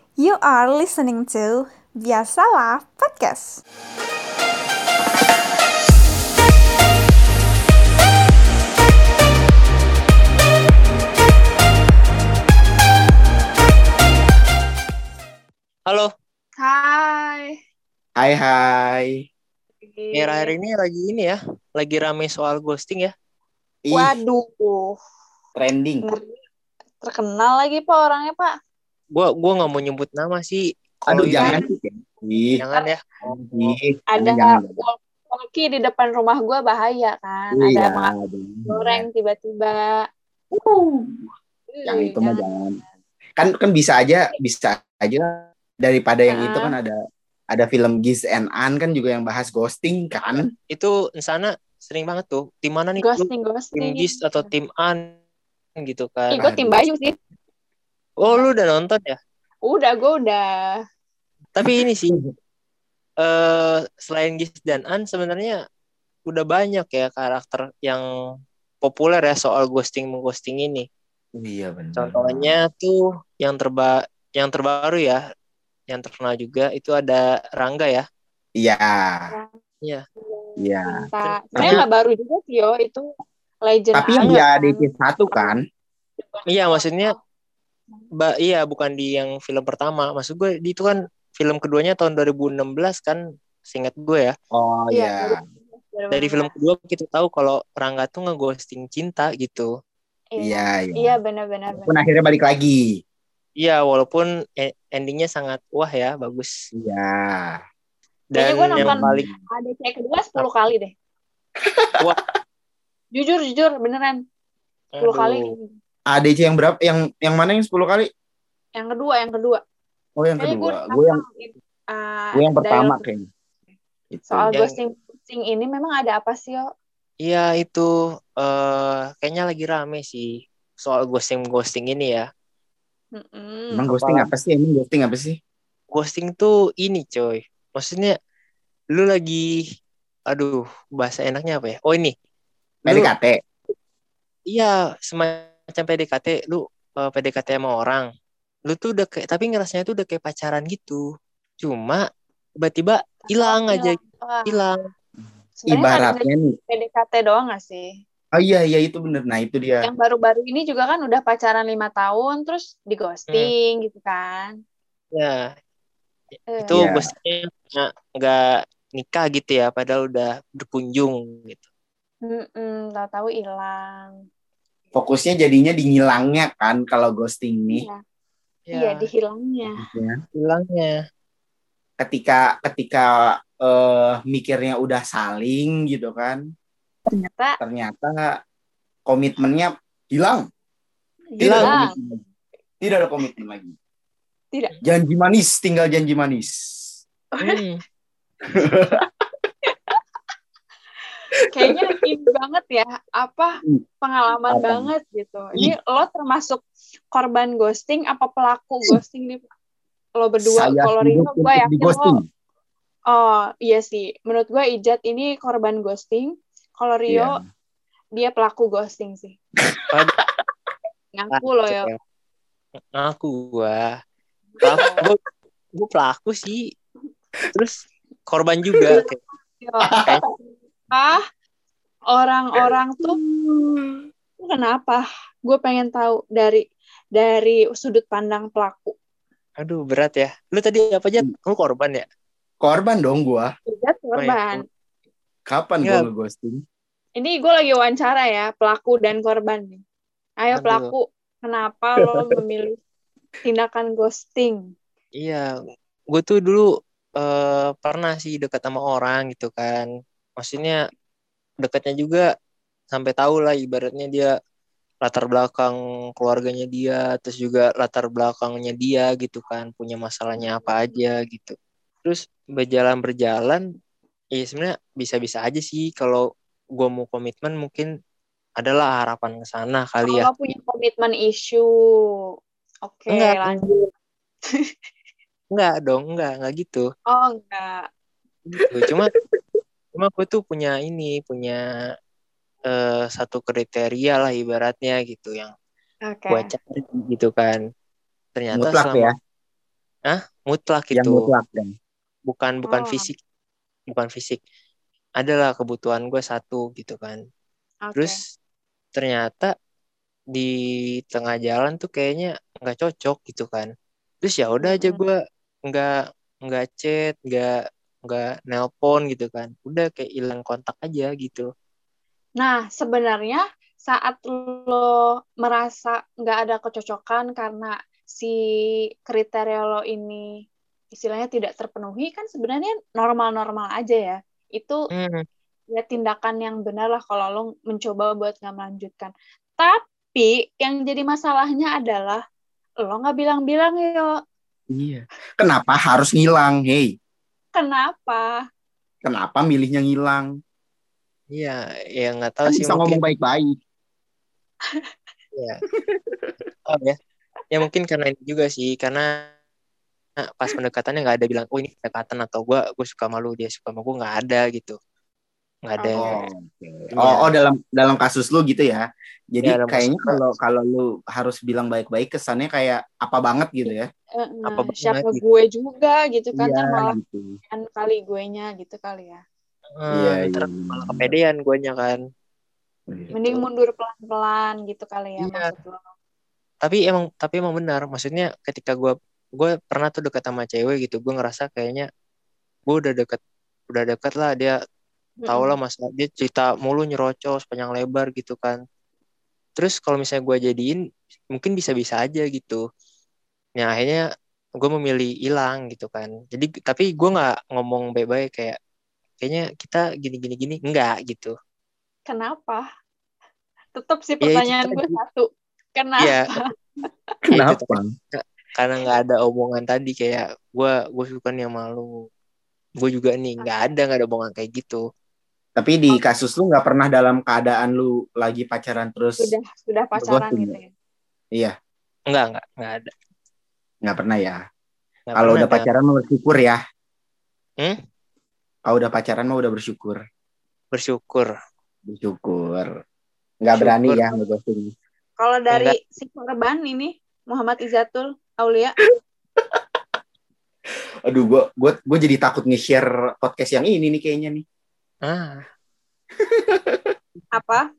You are listening to Biasalah Podcast. Halo, Hai. Hai hai. akhir-akhir ini lagi lagi rame soal ghosting ya. Ih, Waduh, trending. ngeri. Terkenal lagi Pak orangnya Pak. Gua nggak mau nyebut nama sih. Aduh, Kalau jangan ini sih. Ih, jangan ya. ih, Ada jangan. walkie di depan rumah gue bahaya kan. Iya, Ada goreng tiba-tiba. yang itu mah Jangan. jangan. Kan bisa aja daripada yang itu kan ada film Giz and Ann kan juga yang bahas ghosting kan. Itu sana sering banget tuh. Tim mana nih? Lu? Tim Ghosting. Gis atau tim An gitu kan. Gue tim Bayu sih. Oh, lu udah nonton ya? Gue udah. Tapi ini sih selain Gis dan An sebenarnya udah banyak ya karakter yang populer ya soal ghosting ini. Iya benar. Contohnya tuh yang terbaru ya, yang terkenal juga itu ada Rangga ya. Iya. Iya. Iya. Sebenarnya nggak baru juga sih yo, itu legend. Tapi yang dia DP1 kan? Iya, maksudnya iya bukan di yang film pertama. Maksud gue itu kan film keduanya tahun 2016 kan, seingat gue ya. Oh iya. Dari film kedua kita tahu kalau Rangga tuh ngeghosting cinta gitu. Iya. Iya benar-benar. Pun akhirnya balik lagi. Iya, walaupun endingnya sangat wah ya, bagus. Iya. Dan kayaknya gue nonton yang paling ADC kedua 10 kali deh. wah, Jujur beneran 10 kali. ADC yang berapa? Yang mana yang 10 kali? Yang kedua. Oh, yang Kayaknya kedua. Gue yang pertama kayaknya. Soal Yang- ghosting ini memang ada apa sih yo? Iya itu kayaknya lagi rame sih soal ghosting ini ya. Emang ghosting apa sih? Ghosting tuh ini coy. Maksudnya lu lagi, aduh bahasa enaknya apa ya? Oh ini. Lu, PDKT. iya semacam PDKT. Lu PDKT sama orang. Lu tuh udah kayak, tapi ngerasanya tuh udah kayak pacaran gitu. Cuma tiba-tiba hilang aja. Hilang. Ibaratnya nih. PDKT doang gak sih? Oh iya itu bener. Nah itu dia. Yang baru-baru ini juga kan udah pacaran 5 tahun terus di ghosting gitu kan. Ya. Itu Iya. ghostingnya nggak nikah gitu ya, padahal udah berkunjung gitu. Tahu-tahu hilang. Fokusnya jadinya di ngilangnya kan kalau ghosting nih. Iya, dihilangnya. Hilangnya. Ketika mikirnya udah saling gitu kan. Ternyata komitmennya hilang. Hilang. Tidak ada komitmen lagi. Tidak. Janji manis, tinggal janji manis. Kayaknya ini banget ya, pengalaman banget gitu. Ini lo termasuk korban ghosting apa pelaku ghosting nih? Lo berdua, kalau Rio gue yakin lo. Oh iya sih, menurut gue Ijat ini korban ghosting. Kalau Rio dia pelaku ghosting sih. Ngaku lo ya. Ngaku gue pelaku sih. Terus korban juga. Orang-orang tuh kenapa? Gue pengen tahu dari sudut pandang pelaku. Aduh berat ya. Lu tadi apa aja? Lu korban ya? Korban dong gue. Korban. Kapan gue nge-ghosting? Ini gue lagi wawancara ya, pelaku dan korban. Ayo pelaku, kenapa lo memilih tindakan ghosting? Iya, gue tuh dulu pernah sih dekat sama orang gitu kan. Maksudnya dekatnya juga sampai tahu lah ibaratnya dia latar belakang keluarganya dia, terus juga latar belakangnya dia gitu kan, punya masalahnya apa aja gitu. Terus berjalan, ya sebenarnya bisa-bisa aja sih kalau gue mau komitmen mungkin adalah harapan ke sana kali ya. Kalau punya komitmen issue, oke, lanjut. Enggak gitu. Oh, enggak. Gitu. Cuma gue tuh punya satu kriteria lah ibaratnya gitu yang gue cari gitu kan. Ternyata mutlak selama ya. Mutlak Yang itu. mutlak kan. Bukan bukan fisik. Adalah kebutuhan gue satu gitu kan. Oke. Terus ternyata di tengah jalan tuh kayaknya nggak cocok gitu kan. Terus ya udah aja gue nggak nggak chat, nggak nelpon gitu kan. Udah kayak hilang kontak aja gitu. Nah, sebenarnya saat lo merasa nggak ada kecocokan karena si kriteria lo ini istilahnya tidak terpenuhi, kan sebenarnya normal-normal aja ya. Itu Hmm, ya tindakan yang benar lah kalau lo mencoba buat nggak melanjutkan. Tapi yang jadi masalahnya adalah lo nggak bilang-bilang yo. Iya. Kenapa harus ngilang? Hey, Kenapa? kenapa milihnya ngilang? iya, ya nggak tahu Kan sih bisa mungkin ngomong baik-baik. ya. Oh ya, ya mungkin karena ini juga sih, karena pas pendekatannya nggak ada bilang, oh ini pendekatan atau gue suka malu dia suka sama gue, nggak ada gitu, nggak ada. Oke. Oh, oke. Iya, Oh, dalam kasus lu gitu ya. ya Jadi dalam kayaknya kasus kalau lu harus bilang baik-baik kesannya kayak apa banget gitu ya. apa banget Siapa gitu. gue juga gitu kan, Iya ntar malah gitu. kan kali guenya gitu kali ya. Iya, Ntar iya. malah kepedean guanya kan. Iya. Mending Gitu. mundur pelan-pelan gitu kali ya Iya, maksud lo. tapi emang benar. Maksudnya ketika gue pernah tuh dekat sama cewek gitu, gue ngerasa kayaknya gue udah deket lah, dia tau lah masa dia cerita mulu nyerocos panjang lebar gitu kan. Terus kalau misalnya gue jadiin, mungkin bisa-bisa aja gitu. Ya akhirnya gue memilih hilang gitu kan. Jadi tapi gue nggak ngomong baik-baik kayak kayaknya kita gini-gini gini enggak gitu. Kenapa? Tetap sih Ya itu pertanyaan gue tadi. satu. Iya, Kenapa? ya itu tadi. Kenapa? Karena nggak ada omongan tadi kayak gue suka nih sama lu. Gue juga nih nggak ada omongan kayak gitu. Tapi di kasus lu nggak pernah dalam keadaan lu lagi pacaran terus Sudah pacaran ghosting gitu ya? ya. Iya, Nggak ada. nggak pernah ya. Nggak Kalau pernah udah ada. pacaran mau bersyukur ya. Hmm? Kalau udah pacaran mau udah bersyukur. Bersyukur. Bersyukur. Nggak berani Bersyukur. ya ngeghosting. Kalau Enggak. dari si korban ini Muhammad Izzatul Aulia, Aduh, gue jadi takut nge-share podcast yang ini nih kayaknya nih. Ah, apa?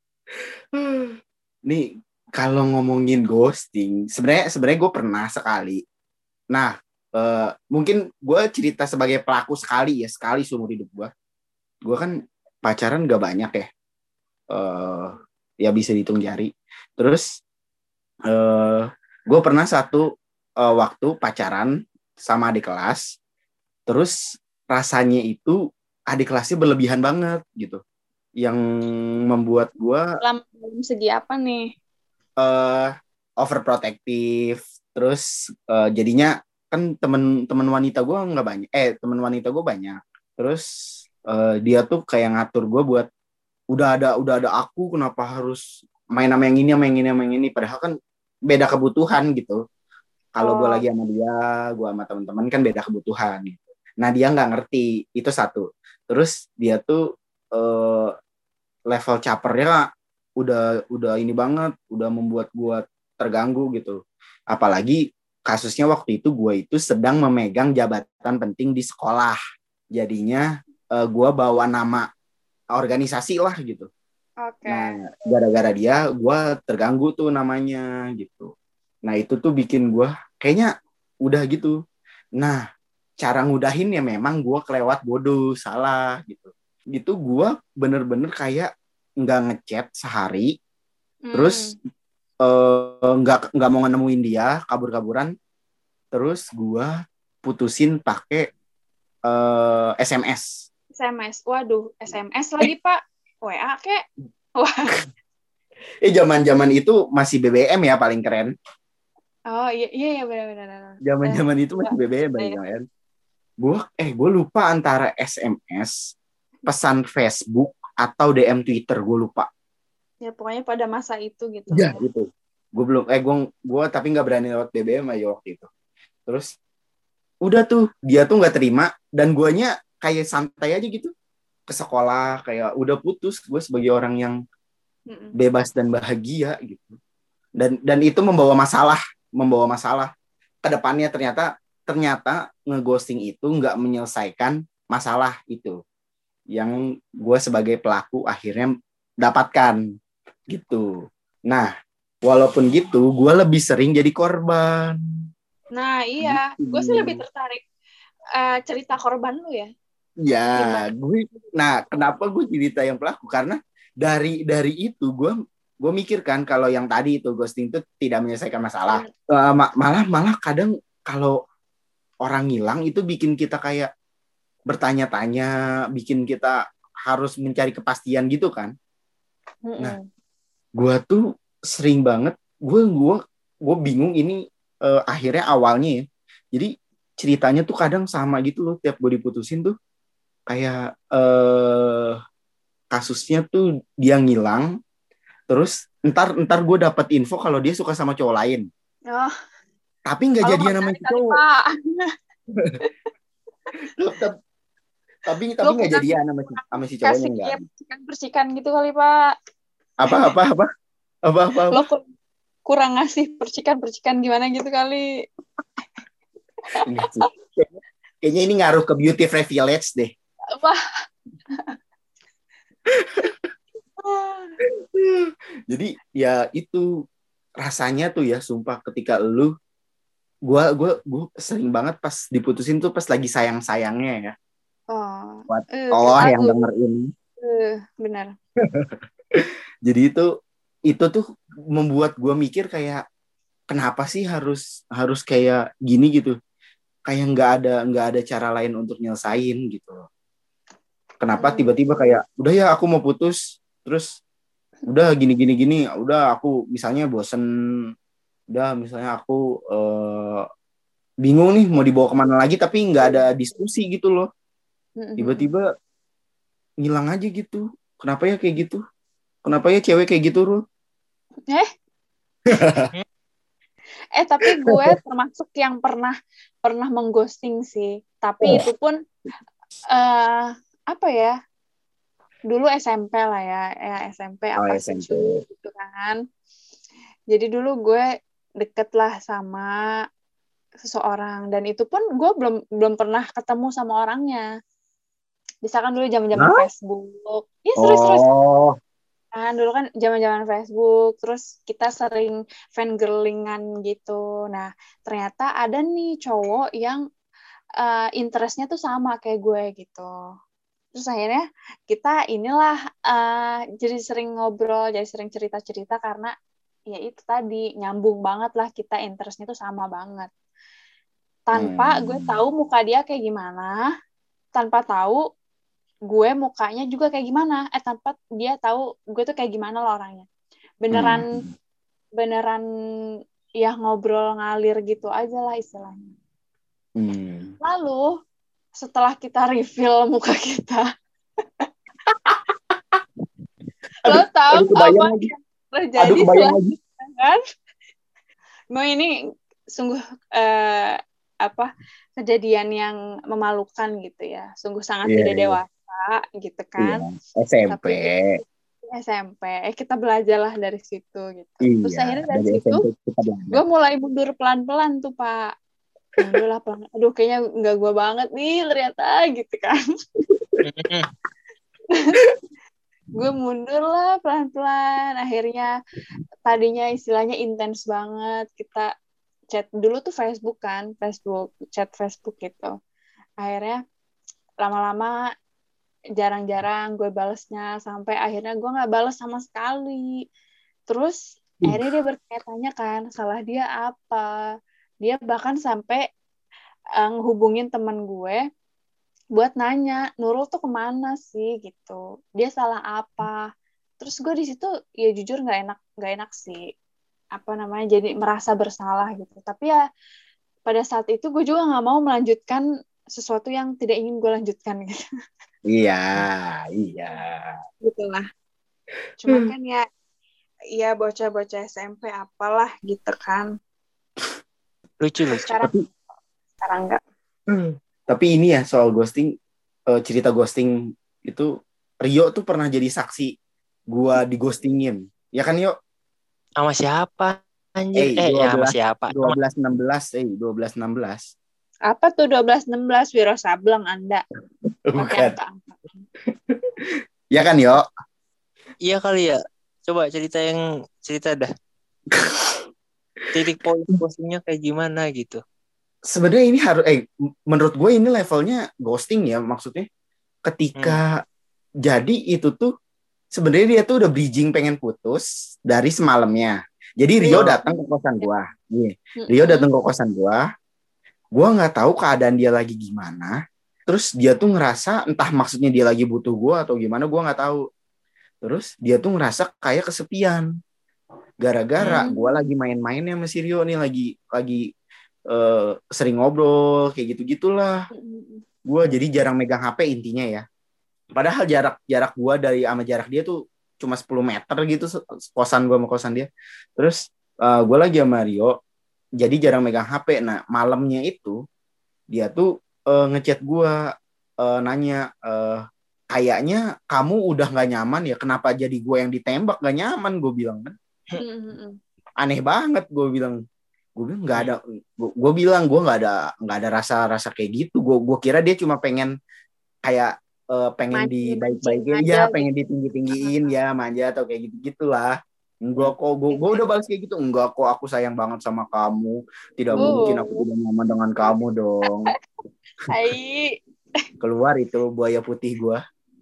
Nih kalau ngomongin ghosting, sebenarnya gue pernah sekali. Nah, mungkin gue cerita sebagai pelaku sekali seumur hidup gue. Gue kan pacaran gak banyak ya. Ya bisa dihitung jari. Terus gue pernah satu waktu pacaran sama adik kelas. Terus rasanya itu adik kelasnya berlebihan banget gitu. Yang membuat gue Dalam segi apa nih? overprotective. Terus jadinya kan temen wanita gue nggak banyak. Temen wanita gue banyak. Terus dia tuh kayak ngatur gue buat udah ada aku, kenapa harus main sama yang ini sama yang ini sama yang ini, padahal kan beda kebutuhan gitu. Kalau gue lagi sama dia, gue sama teman-teman kan beda kebutuhan gitu. Nah dia nggak ngerti itu satu. Terus dia tuh level capernya udah ini banget, udah membuat gue terganggu gitu. Apalagi kasusnya waktu itu gue itu sedang memegang jabatan penting di sekolah. Jadinya gue bawa nama organisasi lah gitu. Oke. Nah, gara-gara dia gue terganggu tuh namanya gitu. Nah, itu tuh bikin gue kayaknya udah gitu. Nah, cara ngudahin ya memang gue kelewat bodoh, salah gitu. Gitu gue bener-bener kayak nggak ngechat sehari, terus nggak mau nemuin dia, kabur-kaburan, terus gue putusin pakai SMS. SMS. Waduh, SMS lagi, Pak. WA kek. Wah. Zaman itu masih BBM ya paling keren. Oh iya benar. Zaman itu masih BBM paling keren. Gue lupa antara SMS, pesan Facebook atau DM Twitter, gue lupa. Ya pokoknya pada masa itu gitu. Ya gitu. Gue belum gue tapi nggak berani lewat BBM aja waktu itu. Terus udah tuh dia tuh nggak terima dan guanya kayak santai aja gitu ke sekolah, kayak udah putus gue sebagai orang yang bebas dan bahagia gitu. Dan itu membawa masalah ke depannya. Ternyata ternyata ngeghosting itu nggak menyelesaikan masalah itu yang gue sebagai pelaku akhirnya dapatkan gitu. Nah, walaupun gitu, gue lebih sering jadi korban. Nah, iya. Gitu. Gue sih lebih tertarik cerita korban lu ya. Ya, kenapa gue cerita yang pelaku? Karena dari itu gue mikir kan kalau yang tadi itu ghosting itu tidak menyelesaikan masalah. Malah kadang kalau orang hilang itu bikin kita kayak bertanya-tanya, bikin kita harus mencari kepastian gitu kan. Nah, gue tuh sering banget, gue bingung ini akhirnya awalnya ya. Jadi ceritanya tuh kadang sama gitu loh, tiap gue diputusin tuh kayak kasusnya tuh dia ngilang, terus ntar gue dapet info kalau dia suka sama cowok lain. Oh. Tapi nggak jadian sama si cowok. tapi nggak jadian sama si cowoknya enggak. Percikan gitu kali Pak. Apa? Lo kurang ngasih percikan gimana gitu kali. Enggak sih. Kayaknya ini ngaruh ke beauty privilege deh. Wah. Jadi ya itu rasanya tuh ya, sumpah ketika gue sering banget pas diputusin tuh pas lagi sayangnya ya. Buat yang denger ini. Benar. Jadi itu tuh membuat gue mikir kayak kenapa sih harus kayak gini gitu, kayak nggak ada cara lain untuk nyelesain gitu. Kenapa tiba-tiba kayak udah ya aku mau putus, terus udah gini, udah aku misalnya bosen, udah misalnya aku bingung nih mau dibawa kemana lagi, tapi nggak ada diskusi gitu loh. Tiba-tiba ngilang aja gitu. Kenapa ya kayak gitu? Kenapa ya cewek kayak gitu, Ru? Tapi gue termasuk yang pernah mengghosting sih. Tapi itu pun apa ya? Dulu SMP lah ya SMP SMP gitu kan. Jadi dulu gue deket lah sama seseorang, dan itu pun gue belum pernah ketemu sama orangnya. Misalkan dulu zaman Facebook. Ya serius. Kan dulu kan zaman Facebook, terus kita sering fangirlingan gitu. Nah, ternyata ada nih cowok yang interestnya tuh sama kayak gue gitu. Terus akhirnya kita inilah jadi sering ngobrol, jadi sering cerita-cerita karena ya itu tadi nyambung banget lah, kita interestnya tuh sama banget. Tanpa gue tahu muka dia kayak gimana, tanpa tahu gue mukanya juga kayak gimana, tanpa dia tahu gue tuh kayak gimana loh orangnya. Beneran ya ngobrol ngalir gitu aja lah istilahnya. Lalu setelah kita reveal muka kita, lo tahu apa yang terjadi selanjutnya kan? Mau ini sungguh kejadian yang memalukan gitu ya, sungguh sangat tidak dewasa gitu kan. SMP. Tapi SMP kita belajarlah dari situ gitu. Terus akhirnya dari situ gue mulai mundur pelan-pelan tuh Pak. Mundur lah pelan. Aduh kayaknya nggak gue banget nih ternyata gitu kan. Gue mundur lah pelan-pelan. Akhirnya tadinya istilahnya intens banget, kita chat dulu tuh Facebook kan, chat Facebook gitu. Akhirnya lama-lama jarang-jarang gue balesnya, sampai akhirnya gue nggak bales sama sekali. Terus akhirnya dia bertanya-tanya kan salah dia apa. Dia bahkan sampai ngehubungin teman gue buat nanya Nurul tuh kemana sih gitu, dia salah apa. Terus gue di situ ya jujur nggak enak sih, jadi merasa bersalah gitu. Tapi ya pada saat itu gue juga nggak mau melanjutkan sesuatu yang tidak ingin gue lanjutkan gitu. Iya. Gitulah. Cuma kan ya bocah-bocah SMP apalah gitu kan. Lucu. Sekarang enggak. Tapi ini ya soal ghosting, cerita ghosting itu Rio tuh pernah jadi saksi gua dighostingin. Ya kan, Yo? Sama siapa anjir? Sama siapa? 12-16. Apa tuh 12-16 Wiro Sableng Anda? Pakai Bukan. angka-angka. Ya kan, Yo? Iya kali ya. Coba cerita dah. Titik poin ghostingnya kayak gimana gitu. Sebenarnya ini harus menurut gue ini levelnya ghosting ya, maksudnya ketika jadi itu tuh sebenarnya dia tuh udah bridging pengen putus dari semalamnya. Jadi Rio datang ke kosan gua. Rio datang ke kosan gua. Gua nggak tahu keadaan dia lagi gimana. Terus dia tuh ngerasa entah maksudnya dia lagi butuh gua atau gimana, gua nggak tahu. Terus dia tuh ngerasa kayak kesepian. Gara-gara gua lagi main-mainnya sama si Rio nih, lagi sering ngobrol kayak gitu-gitulah. Gua jadi jarang megang HP intinya ya. Padahal jarak gua sama jarak dia tuh cuma 10 meter gitu, kosan gua sama kosan dia. Terus gua lagi sama Rio, jadi jarang megang HP. Nah, malamnya itu dia tuh ngechat gua, nanya, kayaknya kamu udah nggak nyaman ya, kenapa jadi gue yang ditembak, nggak nyaman, gue bilang kan. Aneh banget, gue bilang nggak ada, gue bilang gue nggak ada rasa kayak gitu. Gue kira dia cuma pengen kayak pengen dibaik-baikin ya, pengen ditinggi-tinggiin ya, manja atau kayak gitu-gitulah. Enggak kok, gue udah balas kayak gitu. Enggak kok, aku sayang banget sama kamu. Tidak mungkin aku tidak nyaman dengan kamu dong. Hai. Keluar itu buaya putih gue.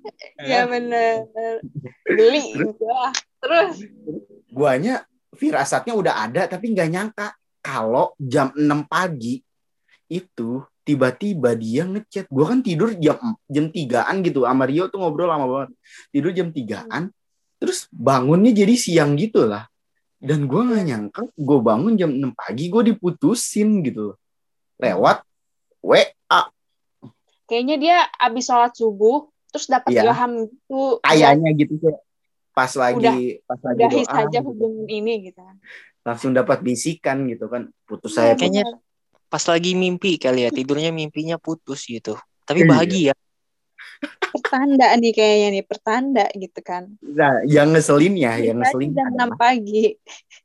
Ya bener. Beli gua. Terus Guanya firasatnya udah ada, tapi nggak nyangka kalau jam 6 pagi itu tiba-tiba dia ngechat. Gue kan tidur jam 3-an gitu. Sama Rio tuh ngobrol lama banget. Tidur jam 3-an. Terus bangunnya jadi siang gitu lah. Dan gue gak nyangka gue bangun jam 6 pagi gue diputusin gitu. Lewat WA. Kayaknya dia abis sholat subuh terus dapat ilham gitu. Kayaknya gitu sih. Pas lagi udahi doa saja gitu. hubungan ini gitu. Langsung dapat bisikan gitu kan. Putus saya. Kayaknya pas lagi mimpi kali ya, tidurnya mimpinya putus gitu. Tapi bahagia. Pertanda nih kayaknya nih, pertanda gitu kan. Nah, yang ngeselin jam 6 pagi.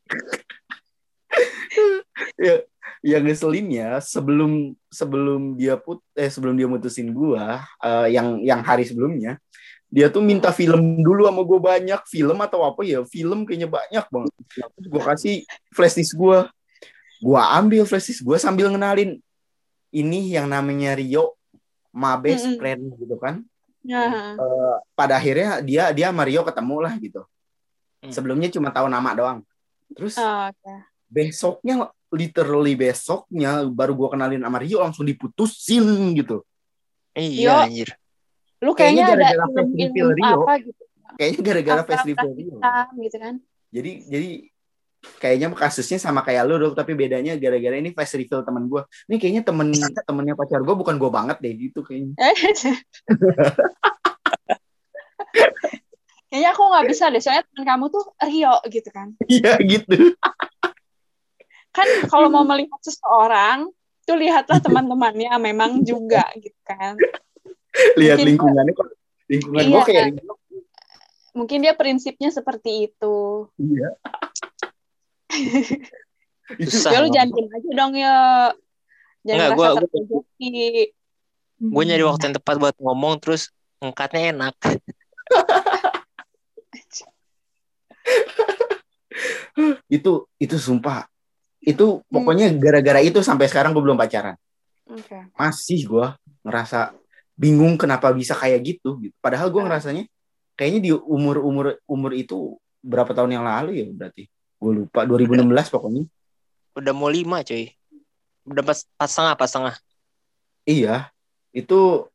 Yang ngeselinnya sebelum dia mutusin gua, yang hari sebelumnya, dia tuh minta film dulu sama gue, banyak film atau apa ya, film kayaknya banyak banget. Terus gue kasih flashdisk gue ambil flashdisk gue sambil ngenalin ini yang namanya Rio, my best friend gitu kan. Pada akhirnya dia sama Rio ketemu lah gitu. Sebelumnya cuma tahu nama doang. Terus besoknya, literally besoknya baru gue kenalin sama Rio, langsung diputusin gitu. Iya anjir. Lu kayaknya ada ilmu apa gitu. Kayaknya gara-gara face reveal Rio. Gitu kan. Jadi kayaknya kasusnya sama kayak lu, tapi bedanya gara-gara ini face reveal teman gue. Ini kayaknya temennya pacar gue, bukan gue banget deh gitu kayaknya. Kayaknya aku nggak bisa deh, soalnya teman kamu tuh Rio gitu kan. Iya gitu. Kan kalau mau melihat seseorang, tuh lihatlah teman-temannya memang juga gitu kan. Lihat lingkungannya kok. Lingkungan gue kayak Rio. Mungkin dia prinsipnya seperti itu. Iya. Ya lu jangan diem aja dong ya. Jangan merasa terpojokki. Gue nyari waktu yang tepat buat ngomong, terus ngangkatnya enak. Itu sumpah. Itu pokoknya gara-gara itu sampai sekarang gue belum pacaran. Masih gue ngerasa bingung kenapa bisa kayak gitu. Padahal gue ngerasanya kayaknya di umur itu berapa tahun yang lalu ya berarti. Gue lupa, 2016 pokoknya. Udah mau 5 coy. Udah pas setengah. Iya. Itu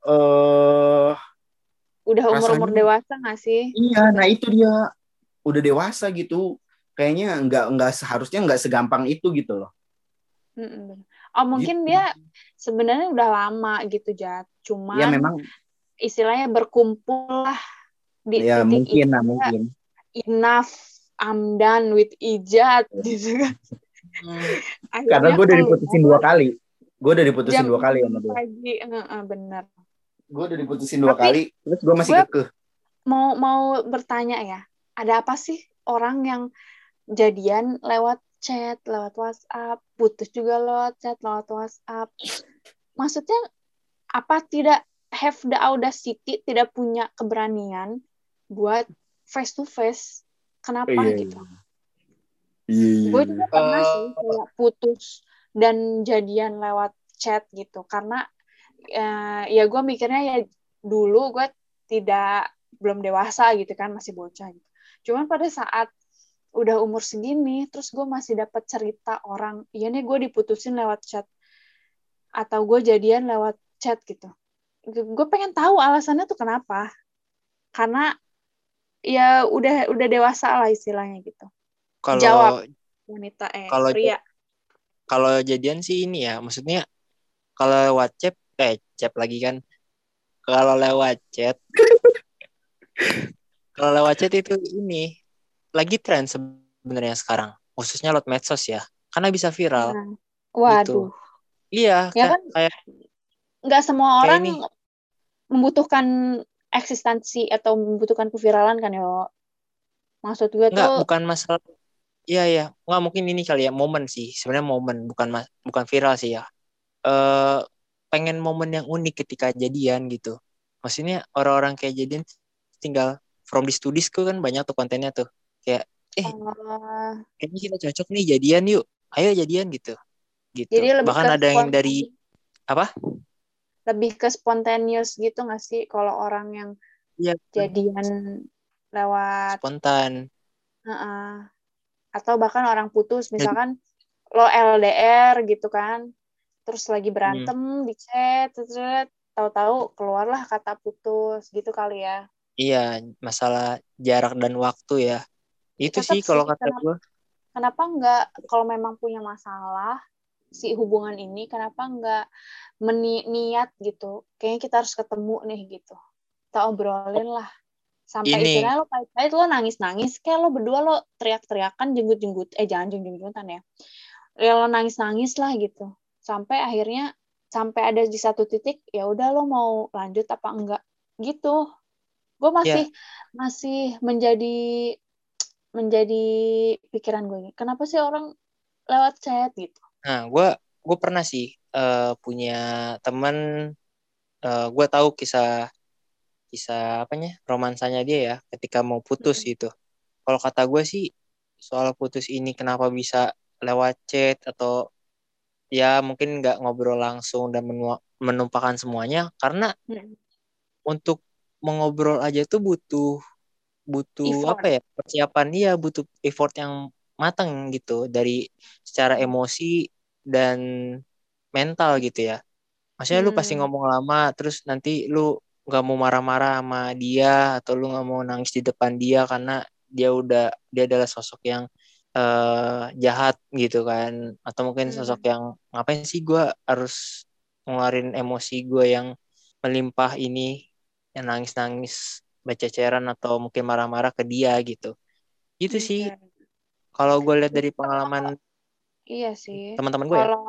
udah umur dewasa gak sih? Iya, nah itu dia. Udah dewasa gitu. Kayaknya nggak seharusnya nggak segampang itu gitu loh. Oh mungkin gitu. Dia sebenarnya udah lama gitu Jat. Cuman ya, memang istilahnya berkumpul lah di ya, titik mungkin. Enough, I'm done with Ijat gitu kan. Karena gue udah diputusin 2 kali. Gue udah diputusin 2 kali sama dia. Bener. Gue udah diputusin 2 kali, terus gue masih kekeh. Mau bertanya ya, ada apa sih orang yang jadian lewat chat, lewat WhatsApp, putus juga lewat chat, lewat WhatsApp. maksudnya apa tidak have the audacity, tidak punya keberanian buat face to face. Kenapa gitu? Gue juga pernah sih kayak putus dan jadian lewat chat gitu, karena ya gue mikirnya ya dulu gue belum dewasa gitu kan, masih bocah gitu. Cuman pada saat udah umur segini, terus gue masih dapat cerita orang, iya nih gue diputusin lewat chat atau gue jadian lewat chat gitu. Gue pengen tahu alasannya tuh kenapa. Karena ya udah dewasa lah istilahnya gitu. Jawab wanita pria. Kalau jadian sih ini ya, maksudnya kalau lewat chat lagi kan. Kalau lewat chat itu ini lagi tren sebenarnya sekarang, khususnya lewat medsos ya, karena bisa viral. Nah, waduh. Gitu. Iya, ya kan kayak nggak semua orang ini membutuhkan eksistensi atau membutuhkan keviralan kan yo. Maksud gue nggak, tuh bukan masalah. Iya, nggak, mungkin ini kali ya, momen sih sebenarnya, momen bukan viral sih ya. Pengen momen yang unik ketika jadian gitu. Maksudnya orang-orang kayak jadian tinggal from the studies kan banyak tuh kontennya tuh, kayak kayaknya kita cocok nih jadian, yuk ayo jadian gitu. Jadi lebih bahkan ada yang dari apa, lebih ke spontaneous gitu nggak sih kalau orang yang jadian lewat spontan. Atau bahkan orang putus, misalkan lo LDR gitu kan, terus lagi berantem di chat, tahu-tahu keluarlah kata putus gitu kali ya. Iya, masalah jarak dan waktu ya. Itu Tetap sih kalau kata gue. Kenapa nggak, kalau memang punya masalah si hubungan ini, kenapa nggak niat gitu, kayaknya kita harus ketemu nih gitu, kita obrolin lah sampai istilahnya lo pahit-pahit, lo nangis-nangis, kayak lo berdua lo teriak-teriakan, jenggut-jenggut, jangan jenggut-jenggutan ya lo nangis-nangis lah gitu, sampai akhirnya sampai ada di satu titik ya udah lo mau lanjut apa enggak gitu. Gue masih menjadi pikiran gue, kenapa sih orang lewat chat gitu. Nah, gue pernah sih punya teman, gue tahu kisah apanya, romansanya dia ya ketika mau putus gitu. Kalau kata gue sih soal putus ini kenapa bisa lewat chat atau ya mungkin nggak ngobrol langsung dan menumpahkan semuanya, karena untuk mengobrol aja tuh butuh effort. apa ya, persiapan, dia butuh effort yang matang gitu, dari secara emosi dan mental gitu ya. Maksudnya lu pasti ngomong lama, terus nanti lu nggak mau marah-marah sama dia, atau lu nggak mau nangis di depan dia karena dia adalah sosok yang jahat gitu kan, atau mungkin sosok yang ngapain sih gue harus ngeluarin emosi gue yang melimpah ini, yang nangis-nangis bececeran atau mungkin marah-marah ke dia gitu. Itu sih kalau gue lihat dari pengalaman iya sih, teman-teman gue ya. kalau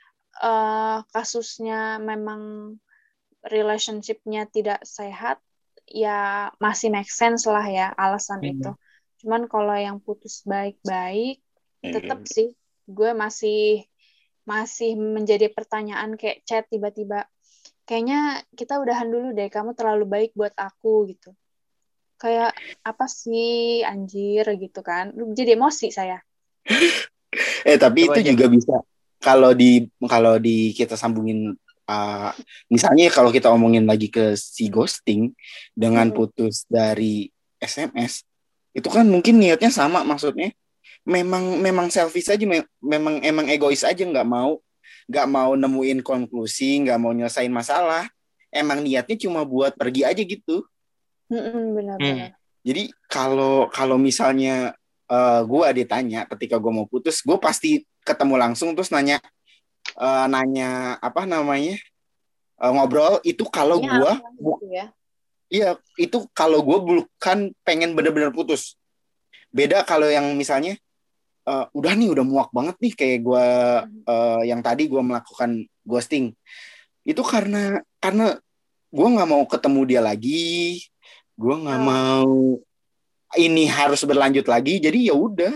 kasusnya memang relationship-nya tidak sehat, ya masih make sense lah ya alasan itu. Cuman kalau yang putus baik-baik, tetap sih gue masih menjadi pertanyaan, kayak chat tiba-tiba, kayaknya kita udahan dulu deh, kamu terlalu baik buat aku gitu. Kayak apa sih anjir gitu kan, jadi emosi saya. Tapi coba itu juga bisa kalau di kita sambungin, misalnya kalau kita omongin lagi ke si ghosting dengan putus dari SMS, itu kan mungkin niatnya sama, maksudnya memang selfish aja, emang egois aja, nggak mau nemuin konklusi, nggak mau nyelesain masalah, emang niatnya cuma buat pergi aja gitu. Benar-benar. Jadi kalau misalnya gue ditanya ketika gue mau putus, gue pasti ketemu langsung terus nanya apa namanya, ngobrol. Itu kalau gue iya, itu kalau gue bukan pengen bener-bener putus. Beda kalau yang misalnya udah muak banget nih, kayak gue yang tadi gue melakukan ghosting, itu karena gue nggak mau ketemu dia lagi, gue nggak mau ini harus berlanjut lagi, jadi ya udah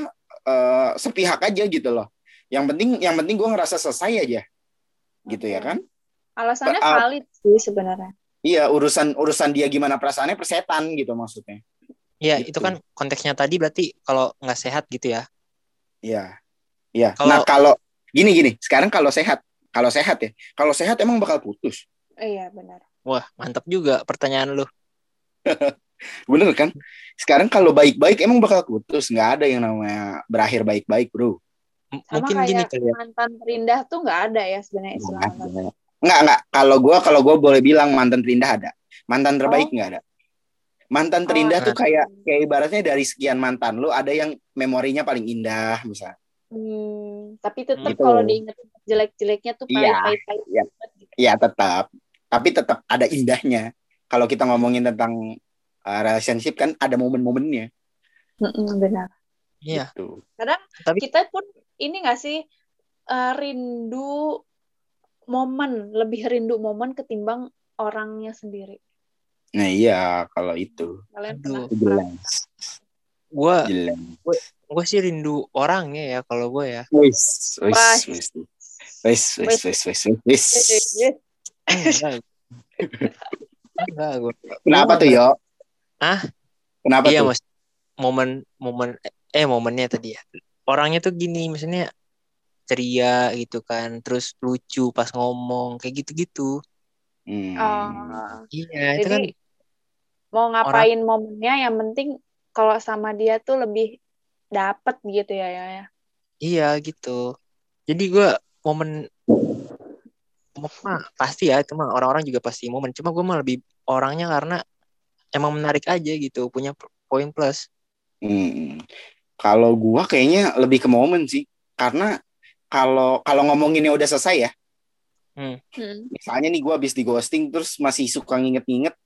sepihak aja gitu loh. Yang penting gue ngerasa selesai aja gitu ya kan. Alasannya Ah, valid sih sebenarnya. iya, urusan dia gimana perasaannya persetan gitu maksudnya. Iya, itu Gitu. kan konteksnya tadi berarti kalau nggak sehat gitu ya. Iya. Iya. Nah, Kalau kalau gini, sekarang kalau sehat ya. Kalau sehat emang bakal putus. Iya benar. wah, mantap juga pertanyaan lu. Bener kan? Sekarang kalau baik-baik emang bakal putus. Nggak ada yang namanya berakhir baik-baik, bro. Sama Mungkin gini kayak kali ya. mantan terindah tuh nggak ada ya sebenarnya istilah Nggak mantan. ada. Nggak. Kalau gua boleh bilang mantan terindah ada. Mantan terbaik Oh, nggak ada. Mantan oh, terindah tuh Nah, kayak ibaratnya dari sekian mantan lu ada yang memorinya paling indah misalnya. Tapi tetap Gitu. kalau diingat jelek-jeleknya tuh Iya, pahit-pahit iya, banget gitu. iya tetap. Tapi tetap ada indahnya. Kalau kita ngomongin tentang relationship kan ada momen-momennya Benar. iya. gitu. Kadang Tapi kita pun ini nggak sih rindu lebih rindu momen ketimbang orangnya sendiri. Nah iya kalau itu Kalian pernah aduh, jelas, gue jelas. gue gue sih rindu orangnya ya kalau gue ya. Wis, wis, Wah, wis, wis, wis, wis, wis, wis. Enggak, enggak gue. Gue Kenapa mah tuh yo? ah Kenapa iya tuh? mas momen momennya tadi ya. Orangnya tuh gini, maksudnya ceria gitu kan, terus lucu pas ngomong kayak gitu-gitu. Hmm. Oh, Iya, itu jadi kan mau orang ngapain momennya yang penting kalau sama dia tuh lebih dapet gitu ya. iya gitu. Jadi gue momen mah pasti ya, itu mah orang-orang juga pasti momen. Cuma gue mah lebih orangnya karena emang menarik aja gitu, punya poin plus. Hmm. Kalau gua kayaknya lebih ke momen sih, karena kalau kalau ngomonginnya udah selesai ya, Hmm. misalnya nih gua habis di ghosting terus masih suka nginget-nginget,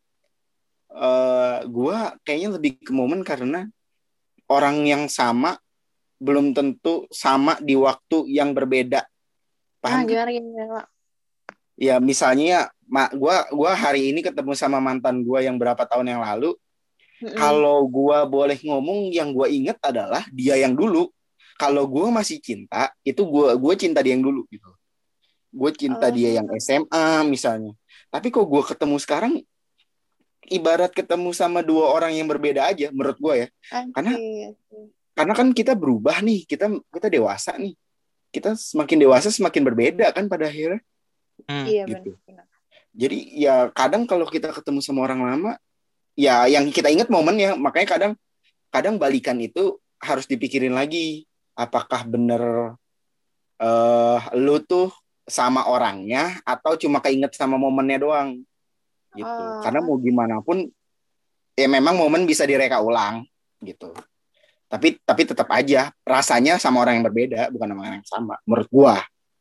gua kayaknya lebih ke momen karena orang yang sama belum tentu sama di waktu yang berbeda. Nah, Paham gak? gimana? Ya misalnya gua hari ini ketemu sama mantan gua yang berapa tahun yang lalu. Mm-mm. Kalau gua boleh ngomong, yang gua inget adalah dia yang dulu. Kalau gua masih cinta, itu gua cinta dia yang dulu gitu. Gue cinta dia yang Oh, SMA misalnya. Tapi kok gue ketemu sekarang ibarat ketemu sama dua orang yang berbeda aja menurut gue ya. I Karena see. karena kan kita berubah nih, kita dewasa nih. Kita semakin dewasa semakin berbeda kan pada akhirnya Hmm. Iya gitu. benar. Jadi ya kadang kalau kita ketemu sama orang lama, ya yang kita ingat momennya, makanya kadang kadang balikan itu harus dipikirin lagi. Apakah bener lu tuh sama orangnya atau cuma keinget sama momennya doang gitu. Karena Oh, mau gimana pun ya memang momen bisa direka ulang gitu. Tapi tetap aja rasanya sama orang yang berbeda, bukan sama orang yang sama. Menurut gua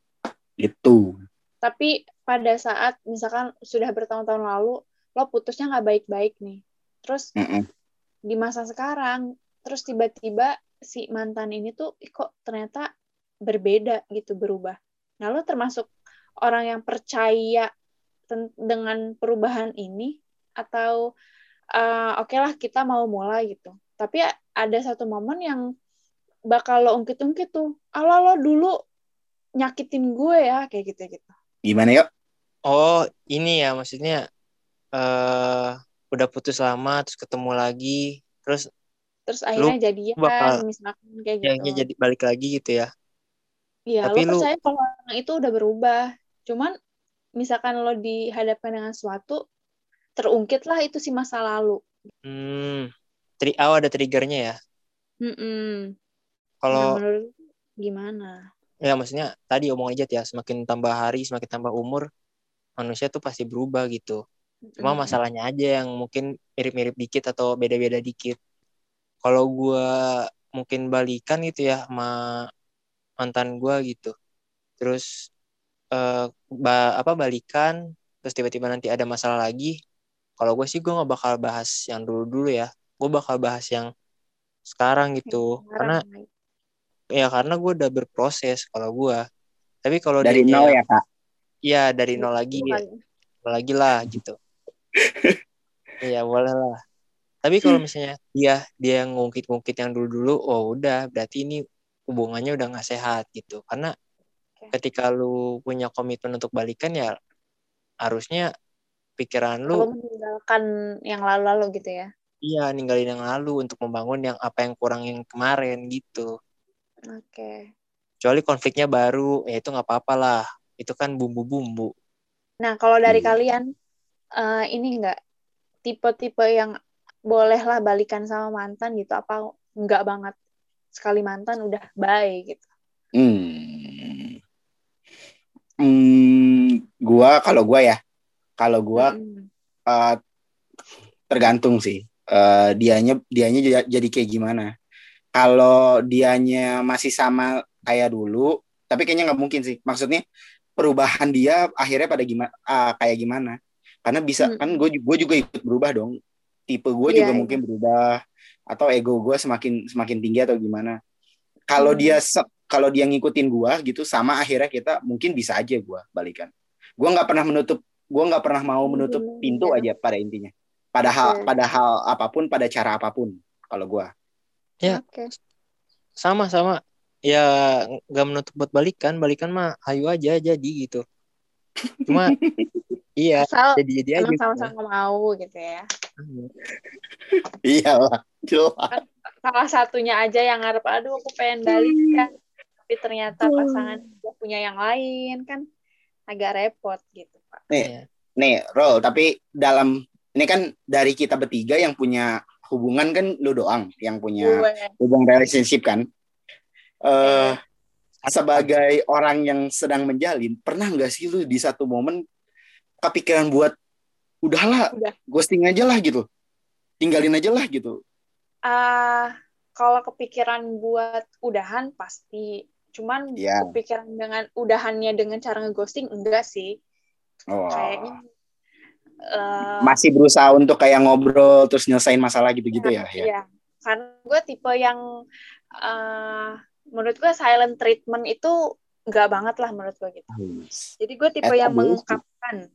gitu. tapi pada saat misalkan sudah bertahun-tahun lalu, lo putusnya nggak baik-baik nih. Terus Mm-mm. di masa sekarang, terus tiba-tiba si mantan ini tuh kok ternyata berbeda gitu, berubah. Nah, lo termasuk orang yang percaya dengan perubahan ini atau oke lah kita mau mulai gitu. Tapi ada satu momen yang bakal lo ungkit-ungkit tuh. Ala lo dulu nyakitin gue ya kayak gitu-gitu. Gimana yuk? Oh, ini ya maksudnya eh udah putus lama terus ketemu lagi, terus Terus lu akhirnya jadian bakal misalkan kayak gitu. ya jadi balik lagi gitu ya. Iya, lo Tapi lu percaya kalau orang itu udah berubah. Cuman misalkan lo dihadapkan dengan suatu, terungkit lah itu si masa lalu. hmm, ada triggernya ya. Mm-mm. Nah, Kalau menurut lu gimana? ya maksudnya tadi omong aja ya, semakin tambah hari, semakin tambah umur, manusia tuh pasti berubah gitu. Cuma Mm-mm. masalahnya aja yang mungkin mirip-mirip dikit atau beda-beda dikit. Kalau gua mungkin balikan gitu ya sama mantan gua gitu. Terus balikan, terus tiba-tiba nanti ada masalah lagi. Kalau gue sih gue nggak bakal bahas yang dulu-dulu ya. Gue bakal bahas yang sekarang gitu. Sekarang, Karena gue udah berproses kalau gue. Tapi kalau Dari dianya nol yang ya kak. ya dari nol lagi, dulu kali. nol lagi lah gitu. Iya boleh lah. Tapi kalau misalnya dia yang ngungkit-ngungkit yang dulu-dulu, oh udah berarti ini hubungannya udah nggak sehat gitu. Karena Oke. ketika lu punya komitmen untuk balikan ya harusnya pikiran Kalau lu meninggalkan yang lalu-lalu gitu ya. iya ninggalin yang lalu untuk membangun yang apa yang kurang yang kemarin gitu. Oke. Kecuali konfliknya baru, ya itu nggak apa-apa lah. Itu kan bumbu-bumbu. Nah, kalau dari Iya. kalian ini enggak tipe-tipe yang bolehlah balikan sama mantan gitu apa enggak banget? Sekali mantan udah bye gitu. Kalau gua Mm-mm. tergantung sih. Dianya jadi kayak gimana. Kalau dianya masih sama kayak dulu, tapi kayaknya nggak mungkin sih. Maksudnya perubahan dia akhirnya pada gimana, kayak gimana? Karena bisa kan gue juga ikut berubah dong. Tipe gue juga Iya, mungkin berubah atau ego gue semakin tinggi atau gimana. Kalau dia ngikutin gue gitu sama akhirnya kita mungkin bisa aja gue balikan. Gue nggak pernah mau menutup pintu ya. aja pada intinya. Oke. Pada hal apapun, pada cara apapun. Kalau gue. Ya, Oke. sama ya nggak menutup buat balikan mah hayu aja jadi gitu. Cuma iya Asal jadi aja emang gitu. sama-sama mau gitu ya. Iyalah, jelas. Kan salah satunya aja yang ngarep, aduh aku pengen balikan, tapi ternyata pasangan dia punya yang lain kan agak repot gitu Pak. Nih, Rol, tapi ini kan dari kita bertiga yang punya hubungan kan lu doang yang punya hubungan relationship kan. Sebagai orang yang sedang menjalin, pernah nggak sih lu di satu momen kepikiran buat udahlah, ghosting aja lah gitu, tinggalin aja lah gitu? Kalau kepikiran buat udahan pasti, cuman kepikiran dengan udahannya dengan cara ngeghosting enggak sih. Kayaknya masih berusaha untuk kayak ngobrol terus nyelesain masalah gitu-gitu ya. Iya, karena gue tipe yang menurut gue silent treatment itu enggak banget lah menurut gue gitu. Jadi gue tipe yang mengungkapkan.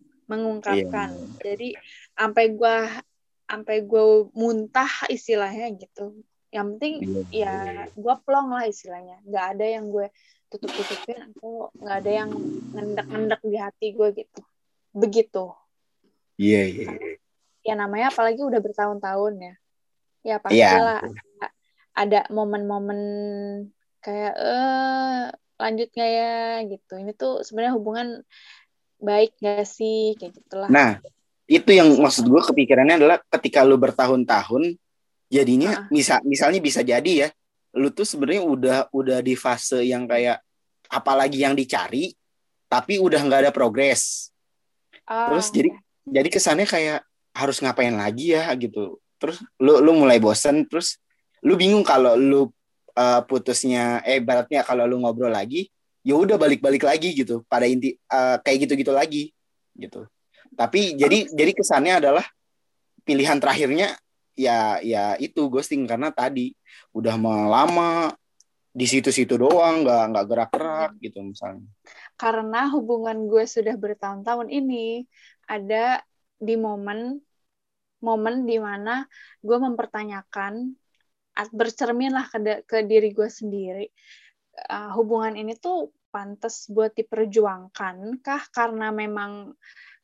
Jadi sampai gue muntah istilahnya gitu. Yang penting ya gue plong lah istilahnya. Nggak ada yang gue tutup-tutupin atau nggak ada yang ngendek-ngendek di hati gue gitu. Begitu. Iya. Ya namanya apalagi udah bertahun-tahun ya. Ya pastilah ada momen-momen kayak lanjut nggak ya gitu. Ini tuh sebenarnya hubungan baik nggak sih kayak gitulah. Nah, itu yang maksud gue kepikirannya adalah ketika lu bertahun-tahun jadinya misalnya bisa jadi ya lu tuh sebenarnya udah di fase yang kayak apalagi yang dicari tapi udah nggak ada progres. Terus jadi kesannya kayak harus ngapain lagi ya gitu. Terus lu mulai bosen, terus lu bingung kalau lu putusnya ibaratnya kalau lu ngobrol lagi ya udah balik lagi gitu pada inti kayak gitu lagi gitu. Tapi jadi kesannya adalah pilihan terakhirnya ya itu ghosting karena tadi udah lama di situ-situ doang nggak gerak-gerak gitu misalnya. Karena hubungan gue sudah bertahun-tahun ini ada di momen di mana gue mempertanyakan bercermin lah ke diri gue sendiri, hubungan ini tuh pantas buat diperjuangkan kah karena memang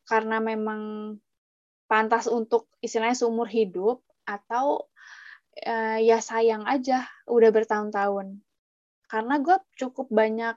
pantas untuk istilahnya seumur hidup atau ya sayang aja udah bertahun-tahun. Karena gue cukup banyak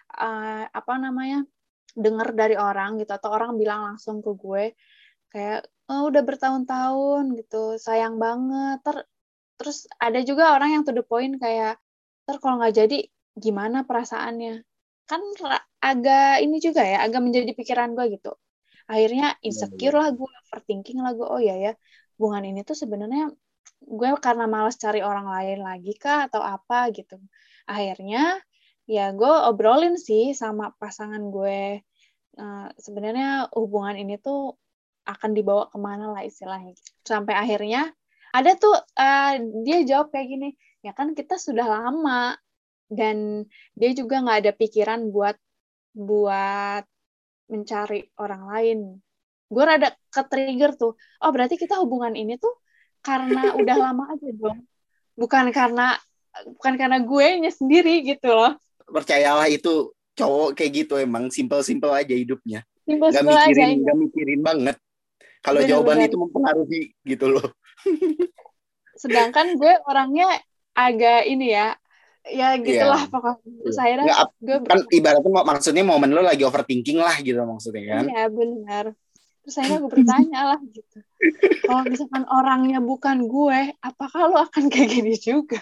dengar dari orang gitu atau orang bilang langsung ke gue kayak udah bertahun-tahun gitu sayang banget. Terus ada juga orang yang to the point kayak kalau nggak jadi gimana perasaannya, kan agak ini juga ya agak menjadi pikiran gue gitu. Akhirnya insecure lah gue, overthinking lah gue, oh ya hubungan ini tuh sebenarnya gue karena malas cari orang lain lagi kah atau apa gitu. Akhirnya ya gue obrolin sih sama pasangan gue, sebenarnya hubungan ini tuh akan dibawa kemana lah istilahnya. Sampai akhirnya ada tuh dia jawab kayak gini, ya kan kita sudah lama dan dia juga nggak ada pikiran buat mencari orang lain. Gue rada ke-trigger tuh. Oh berarti kita hubungan ini tuh karena udah lama aja dong. Bukan karena gue nya sendiri gitu loh. Percayalah itu cowok kayak gitu emang simple aja hidupnya. Simpel-simpel aja ini. Nggak mikirin banget. Kalau jawaban itu mempengaruhi gitu loh. Sedangkan gue orangnya agak ini ya gitulah pokoknya. Terus akhirnya gue kan ibaratnya maksudnya momen lo lagi overthinking lah gitu maksudnya kan. Iya benar. Terus akhirnya gue bertanya lah gitu. Kalau misalkan orangnya bukan gue, apakah lo akan kayak gini juga?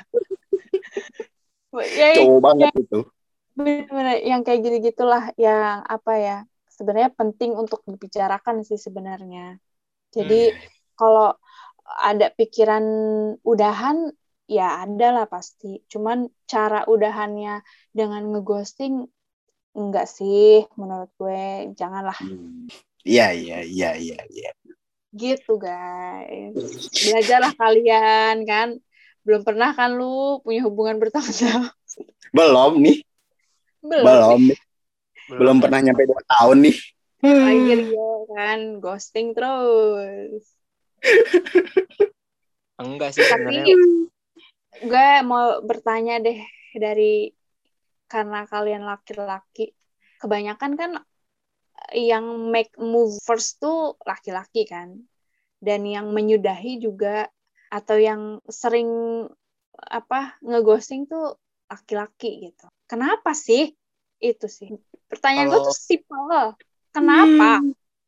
Cowok banget itu. Benar-benar yang kayak gini-gitulah yang apa ya, sebenarnya penting untuk dibicarakan sih sebenarnya. Jadi kalau ada pikiran udahan, ya ada lah pasti. Cuman cara udahannya dengan ngeghosting, enggak sih menurut gue. Janganlah. Iya. Gitu guys. Belajarlah kalian kan. Belum pernah kan lu punya hubungan bertahun-tahun? Belum nih. Belum pernah nyampe 2 tahun nih. Lagi Rio kan ghosting terus. Enggak sih sebenarnya. Tapi gue mau bertanya deh karena kalian laki-laki, kebanyakan kan yang make move first tuh laki-laki kan, dan yang menyudahi juga atau yang sering ngeghosting tuh laki-laki gitu. Kenapa sih? Itu sih pertanyaan gue tuh simpel. Kenapa?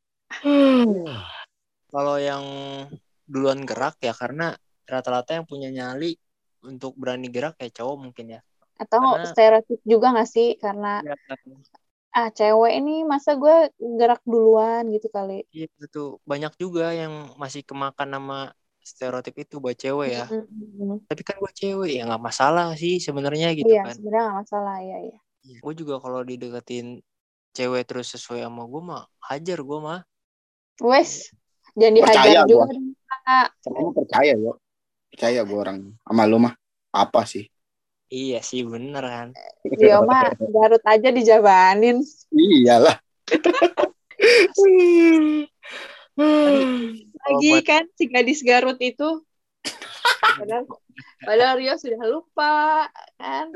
Kalau yang duluan gerak ya karena rata-rata yang punya nyali untuk berani gerak kayak cowok mungkin ya. Atau stereotip juga nggak sih karena cewek ini masa gue gerak duluan gitu kali. Iya betul. Banyak juga yang masih kemakan nama stereotip itu buat cewek ya. Tapi kan buat cewek ya nggak masalah sih sebenarnya gitu kan. Iya sebenarnya nggak masalah ya. Gue juga kalau dideketin cewek terus sesuai sama gue mah hajar gue mah. Wes jangan dihajar juga. Kamu percaya yo. Percaya gue orang sama lu mah apa sih? Iya sih bener kan. Dia mah Garut aja dijabanin. Iyalah. Lagi kan si gadis Garut itu. Padahal Rio sudah lupa kan.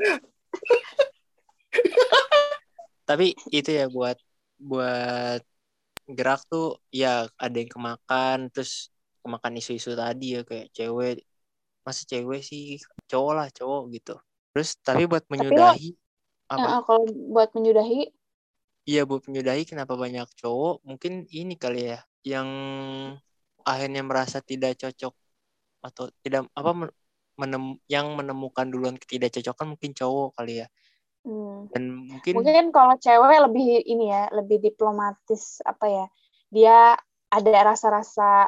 Tapi itu ya buat gerak tuh ya ada yang kemakan, terus kemakan isu-isu tadi ya kayak cewek, masa cewek sih, cowok gitu. Terus tapi buat menyudahi kalau buat menyudahi, iya buat menyudahi kenapa banyak cowok mungkin ini kali ya yang akhirnya merasa tidak cocok atau tidak yang menemukan duluan ketidakcocokan mungkin cowok kali ya. Dan mungkin kalau cewek lebih ini ya, lebih diplomatis dia ada rasa-rasa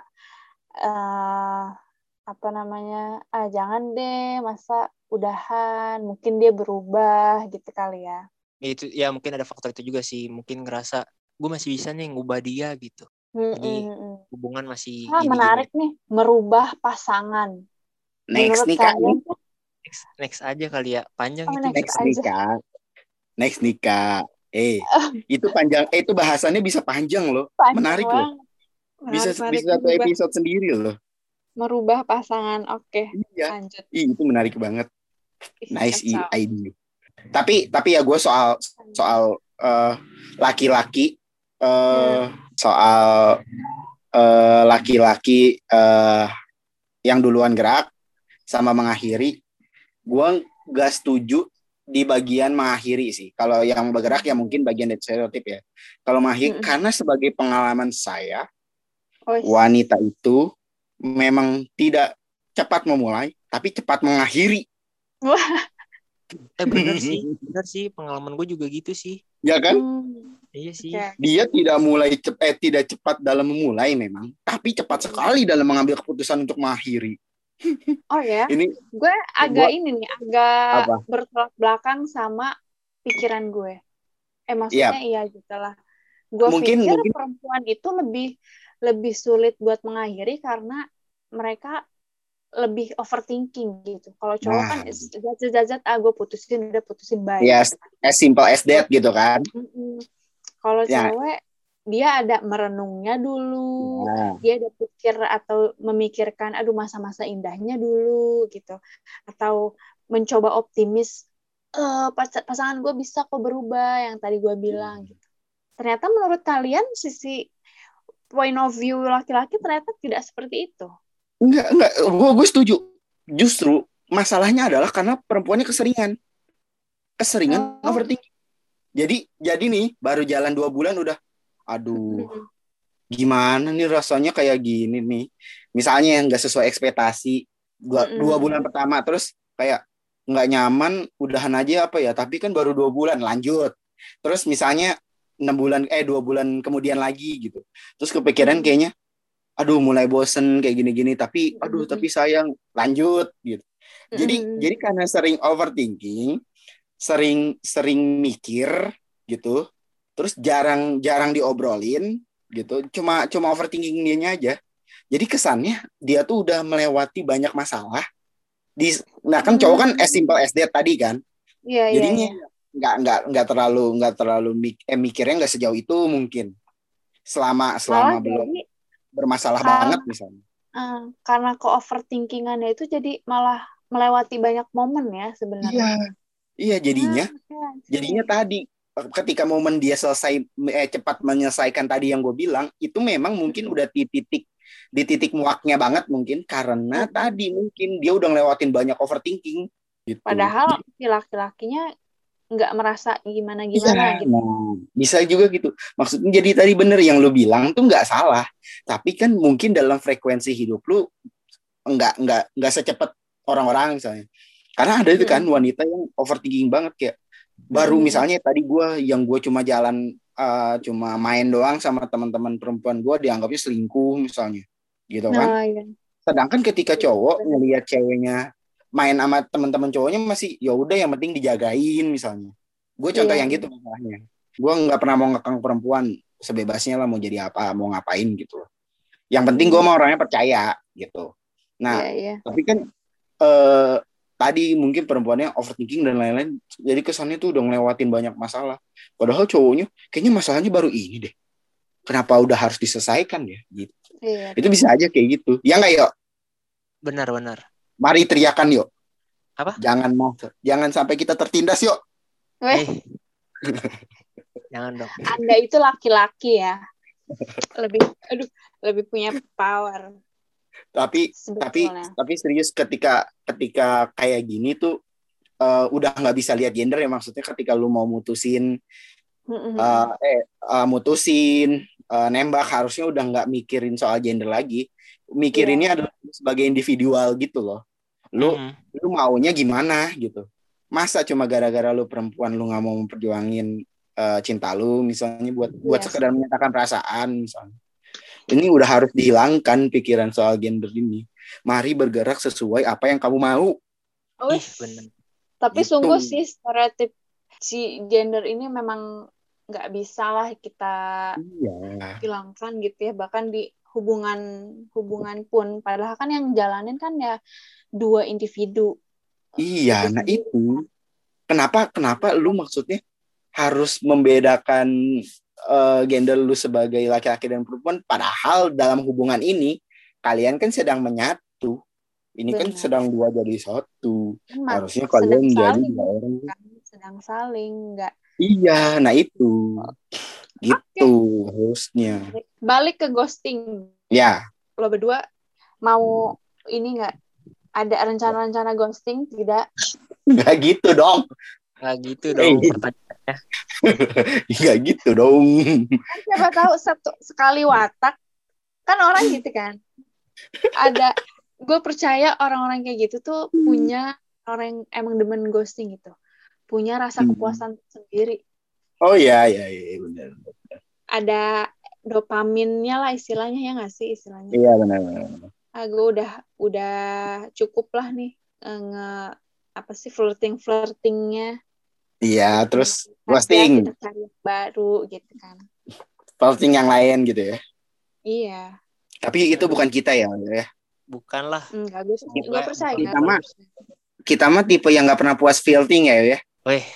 jangan deh masa udahan, mungkin dia berubah gitu kali ya. Itu ya mungkin ada faktor itu juga sih, mungkin ngerasa gue masih bisa nih ngubah dia gitu. Jadi hubungan masih menarik nih, merubah pasangan. Next nikah next aja kali ya, panjang itu. Next nikah. Itu panjang. Itu bahasannya bisa panjang loh. Menarik loh. Bisa satu episode sendiri loh. Merubah pasangan. Oke. Iya. Lanjut. Itu menarik banget. Nice idea. Tapi ya gue soal laki-laki soal laki-laki yang duluan gerak sama mengakhiri, gue gak setuju di bagian mengakhiri sih. Kalau yang bergerak ya mungkin bagian dari stereotip ya. Kalau mengakhiri, karena sebagai pengalaman saya, wanita itu memang tidak cepat memulai, tapi cepat mengakhiri. Wah. Bener sih, pengalaman gue juga gitu sih. Ya kan? Iya sih. Dia tidak cepat dalam memulai memang, tapi cepat sekali dalam mengambil keputusan untuk mengakhiri. Oh ya, gue agak bertolak belakang sama pikiran gue. Maksudnya iya gitulah. Gue pikir perempuan itu lebih sulit buat mengakhiri karena mereka lebih overthinking gitu. Kalau cowok kan zat gue putusin baik. Yes, as simple as that gitu kan. Kalau cewek dia ada merenungnya dulu, dia ada pikir atau memikirkan, masa-masa indahnya dulu gitu, atau mencoba optimis, pasangan gue bisa kok berubah yang tadi gue bilang gitu. ternyata menurut kalian sisi point of view laki-laki ternyata tidak seperti itu. Enggak, gue setuju. Justru masalahnya adalah karena perempuannya keseringan overthinking. Jadi nih baru jalan 2 bulan udah, aduh, gimana nih rasanya kayak gini nih. Misalnya yang nggak sesuai ekspektasi 2 bulan pertama, terus kayak nggak nyaman, udahan aja apa ya. Tapi kan baru 2 bulan lanjut. Terus misalnya 2 bulan kemudian lagi gitu. Terus kepikiran kayaknya, aduh mulai bosen kayak gini-gini. Tapi tapi sayang, lanjut gitu. Jadi karena sering overthinking, sering mikir gitu, terus jarang diobrolin gitu, cuma overthinking dianya aja. Jadi kesannya dia tuh udah melewati banyak masalah nah kan cowok kan as simple as that tadi kan. Jadinya nggak terlalu mikirnya nggak sejauh itu mungkin selama belum bermasalah banget misalnya. Karena ke overthinkingannya itu jadi malah melewati banyak momen ya sebenarnya. Iya jadinya tadi ketika momen dia cepat menyelesaikan tadi yang gue bilang, itu memang mungkin udah di titik muaknya banget mungkin karena tadi mungkin dia udah ngelewatin banyak overthinking gitu. Padahal si laki-lakinya nggak merasa gimana gitu. Nah, bisa juga gitu. Maksudnya jadi tadi bener yang lu bilang tuh nggak salah, tapi kan mungkin dalam frekuensi hidup lu nggak secepat orang-orang misalnya. Karena ada itu kan wanita yang overthinking banget kayak baru misalnya tadi gue cuma jalan cuma main doang sama teman-teman perempuan gue dianggapnya selingkuh misalnya gitu kan. Sedangkan ketika cowok ngelihat ceweknya main sama teman-teman cowoknya masih ya udah yang penting dijagain misalnya. Gue contoh yang gitu masalahnya. Gue nggak pernah mau ngekang perempuan, sebebasnya lah mau jadi apa, mau ngapain gitu. Yang penting gue mau orangnya percaya gitu. Nah, tapi kan tadi mungkin perempuannya overthinking dan lain-lain, jadi kesannya tuh udah ngelewatin banyak masalah. Padahal cowoknya kayaknya masalahnya baru ini deh. Kenapa udah harus diselesaikan ya? Gitu. Itu bisa aja kayak gitu. Ya nggak yuk? Benar. Mari teriakan yuk. Apa? Jangan sampai kita tertindas yuk. Jangan dong. Anda itu laki-laki ya. Lebih punya power. Tapi serius ketika kayak gini tuh udah nggak bisa lihat gender ya, maksudnya ketika lu mau mutusin nembak harusnya udah nggak mikirin soal gender lagi, mikirinnya adalah sebagai individual gitu loh. Lu maunya gimana gitu, masa cuma gara-gara lu perempuan lu nggak mau memperjuangin cinta lu misalnya buat sekedar menyatakan perasaan misalnya. Ini udah harus dihilangkan pikiran soal gender ini. Mari bergerak sesuai apa yang kamu mau. Bener. Tapi gitu. Sungguh sih stereotip si gender ini memang nggak bisa lah kita hilangkan gitu ya. Bahkan di hubungan pun. Padahal kan yang jalanin kan ya 2 individu. Iya, nah itu. Kenapa lu maksudnya harus membedakan gender lu sebagai laki-laki dan perempuan, padahal dalam hubungan ini kalian kan sedang menyatu. Ini kan sedang 2 jadi 1. Harusnya kalian jadi 2 orang. Sedang saling, enggak. Iya, nah itu. Gitu harusnya. Balik ke ghosting. Ya. Lo berdua mau ini enggak? Ada rencana-rencana ghosting? Tidak? Enggak gitu dong. Enggak gitu dong pertanyaannya. Enggak gitu dong. Siapa tahu sekali watak kan orang gitu kan. Gue percaya orang-orang kayak gitu tuh punya orang yang emang demen ghosting gitu. Punya rasa kepuasan sendiri. Oh iya benar. Ada dopaminnya lah istilahnya, ya nggak sih istilahnya? Iya benar. Gue udah cukup lah nih flirtingnya. Iya, terus ghosting. Kita cari yang baru gitu kan. Flirting yang lain gitu ya. Iya. Tapi itu bukan kita ya. Bukan lah. Enggak percaya. Kita mah tipe yang nggak pernah puas flirting ya. Weh.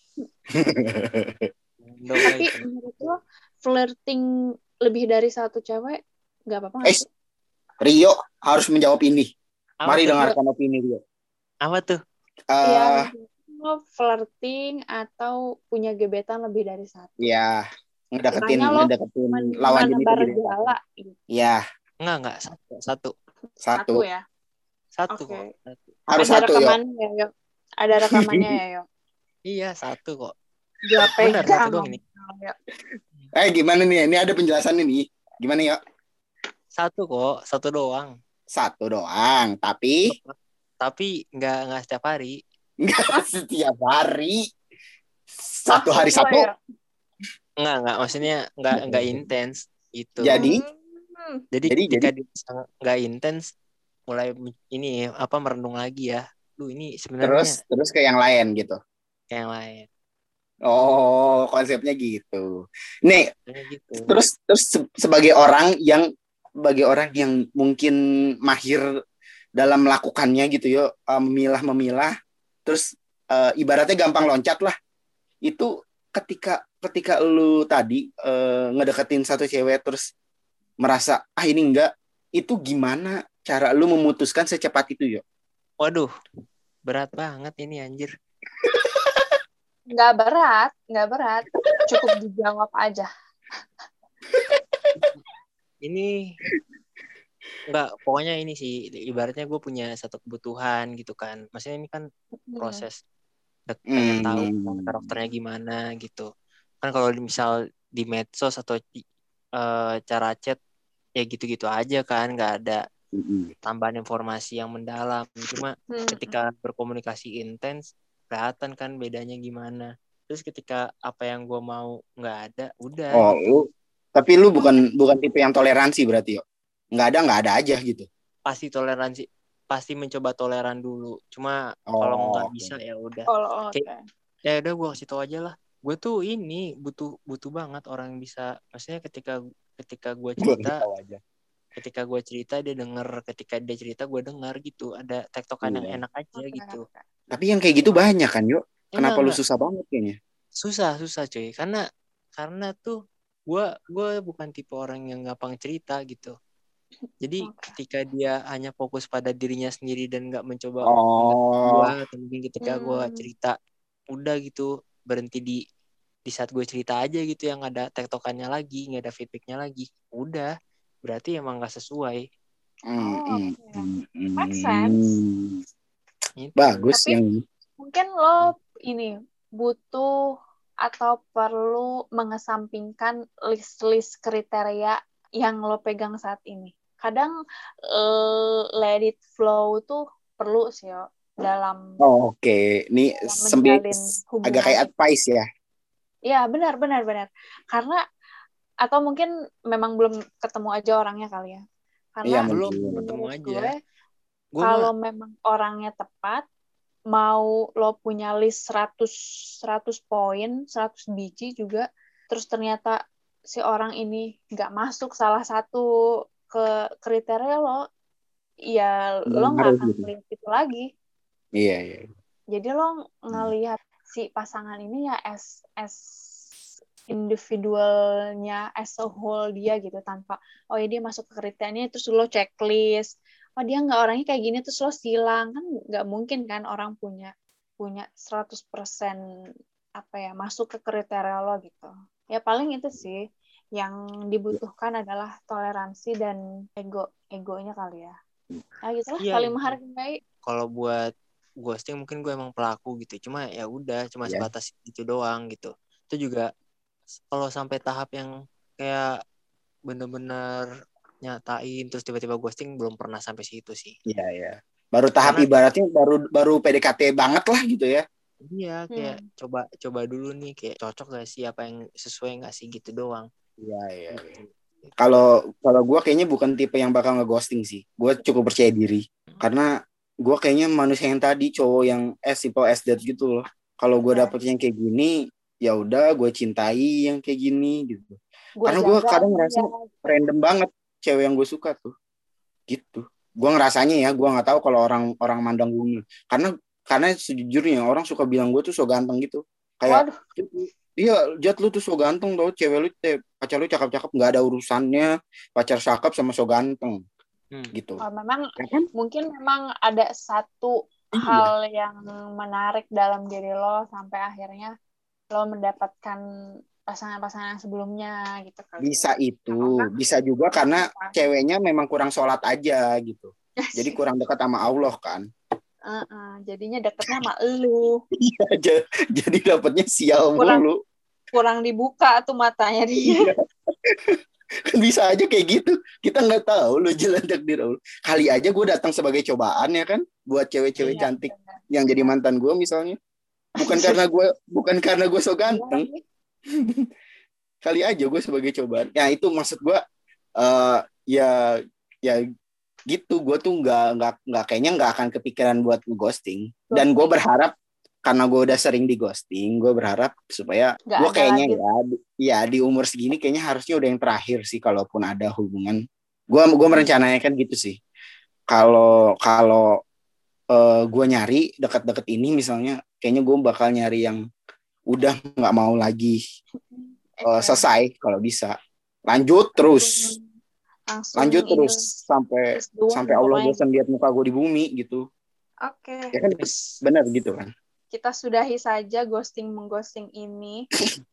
Tapi menurut lo flirting lebih dari 1 cewek nggak apa-apa nggak sih? Rio harus menjawab ini. Mari tuh? Dengarkan opini Rio. Apa tuh? Flirting atau punya gebetan lebih dari 1? Ya, ngedeketin Makanya lo ngedeketin lawan menebar jenis gitu. gala gitu. Ya, Enggak, satu. satu. ya. Satu Oke. kok. Satu. Harus Ada satu yo. rekamannya ya, Yo. Ada rekamannya ya, Yo. Iya, satu kok. Gua Benar, pegang. satu doang ini. Yo. Gimana nih? Ini ada penjelasan nih. Gimana ya? Satu kok, satu doang. Satu doang, tapi Tapi nggak setiap hari. nggak setiap hari. Satu hari Maksud lo satu. ya? Enggak, maksudnya nggak intens gitu. Jadi Ketika dia nggak intens, mulai ini merenung lagi ya. Ini sebenarnya terus ke yang lain gitu. kayak yang lain. Oh, konsepnya gitu. Nih, Sebenarnya gitu. terus sebagai orang yang mungkin mahir dalam melakukannya gitu yo, memilah, terus ibaratnya gampang loncat lah. Itu ketika lu tadi ngedeketin satu cewek terus merasa ini enggak, itu gimana cara lu memutuskan secepat itu yo? Waduh, berat banget ini anjir. Nggak berat. Cukup dijawab aja. Ini enggak, pokoknya ini sih ibaratnya gue punya satu kebutuhan gitu kan. Maksudnya ini kan proses pengen tahu karakternya gimana gitu. Kan kalau misal di medsos atau cara chat ya gitu-gitu aja kan, nggak ada tambahan informasi yang mendalam. Cuma ketika berkomunikasi intens kelihatan kan bedanya gimana. Terus ketika apa yang gue mau nggak ada, udah gitu. Tapi lu bukan tipe yang toleransi berarti yo? Nggak ada aja gitu. Pasti toleransi, pasti mencoba toleran dulu. Cuma kalau nggak bisa ya udah. Ya udah gue kasih tau aja lah. Gue tuh ini butuh banget orang yang bisa. Maksudnya ketika gue cerita, dia denger. Ketika dia cerita gue denger gitu. Ada tektokan yang enak aja gitu. Tapi yang kayak gitu banyak kan yuk? Kenapa lu enggak. susah banget kayaknya? Susah cuy. Karena tuh gue bukan tipe orang yang gampang cerita gitu. Jadi ketika dia hanya fokus pada dirinya sendiri dan nggak mencoba gue, atau mungkin ketika gue cerita udah gitu berhenti di saat gue cerita aja gitu, yang ada tektokannya lagi, nggak ada feedbacknya lagi, udah berarti emang nggak sesuai. Make sense. Gitu. Bagus. Tapi yang mungkin lo ini butuh atau perlu mengesampingkan list kriteria yang lo pegang saat ini. Kadang let it flow tuh perlu sih yo dalam Ini menjalin hubungan. Agak kayak advice ya. Iya, benar. Karena atau mungkin memang belum ketemu aja orangnya kali ya. Karena belum ketemu aja. Kalau memang orangnya tepat, mau lo punya list 100 poin, 100 biji juga, terus ternyata si orang ini nggak masuk salah satu ke kriteria lo, ya lo nggak akan melihat itu lagi. Iya. Jadi lo ngelihat si pasangan ini ya as individualnya, as a whole dia gitu, tanpa ya dia masuk ke kriterianya terus lo checklist, dia nggak orangnya kayak gini terus lo silang, kan nggak mungkin kan orang punya 100% masuk ke kriteria lo gitu. Ya paling itu sih yang dibutuhkan adalah toleransi dan egonya kali ya. Nah gitu lah, saling menghargai. Kalau buat ghosting mungkin gue emang pelaku gitu, cuma ya udah cuma sebatas itu doang gitu. Itu juga kalau sampai tahap yang kayak bener-bener nyatain terus tiba-tiba ghosting, belum pernah sampai situ sih. Iya. Baru tahap ibaratnya baru PDKT banget lah gitu ya. Iya, kayak coba dulu nih, kayak cocok gak sih, apa yang sesuai gak sih gitu doang. Iya. Kalau gue kayaknya bukan tipe yang bakal ngeghosting sih. Gue cukup percaya diri. Karena gue kayaknya manusia yang tadi, cowok yang as simple as that gitu loh. Kalau gue dapet yang kayak gini, ya udah gue cintai yang kayak gini gitu. Karena gue kadang ngerasa random banget cewek yang gue suka tuh. Gitu. Gue ngerasanya ya, gue nggak tahu kalau orang mandang gue. Karena sejujurnya orang suka bilang gue tuh so ganteng gitu. Kayak iya, Jat, lu tuh so ganteng tau, cewek lu, pacar lu cakep-cakep, nggak ada urusannya pacar cakep sama so ganteng gitu. Memang mungkin memang ada satu hal yang menarik dalam diri lo sampai akhirnya lo mendapatkan pasangan-pasangan yang sebelumnya gitu kali. Bisa itu, Apa? bisa juga karena ceweknya memang kurang sholat aja gitu. Jadi kurang dekat sama Allah kan. Jadinya deketnya sama elu. Iya, jadi dapatnya sial mulu. Kurang dibuka tuh matanya dia. Kan bisa aja kayak gitu. Kita nggak tahu lo jalan takdir Allah. Kali aja gue datang sebagai cobaan ya kan, buat cewek-cewek cantik yang jadi mantan gue misalnya. Bukan karena gue so ganteng. Kali aja gue sebagai cobaan. Ya itu maksud gue ya gitu. Gue tuh nggak kayaknya nggak akan kepikiran buat ghosting. Dan gue berharap karena gue udah sering di ghosting, gue berharap supaya gue kayaknya ya di umur segini kayaknya harusnya udah yang terakhir sih kalaupun ada hubungan. Gue merencanakan gitu sih. Kalau gue nyari dekat-dekat ini misalnya, kayaknya gue bakal nyari yang udah nggak mau lagi selesai kalau bisa. Lanjut terus sampai Allah bosan lihat muka gue di bumi gitu. Oke. Ya kan benar gitu kan. Kita sudahi saja ghosting ini.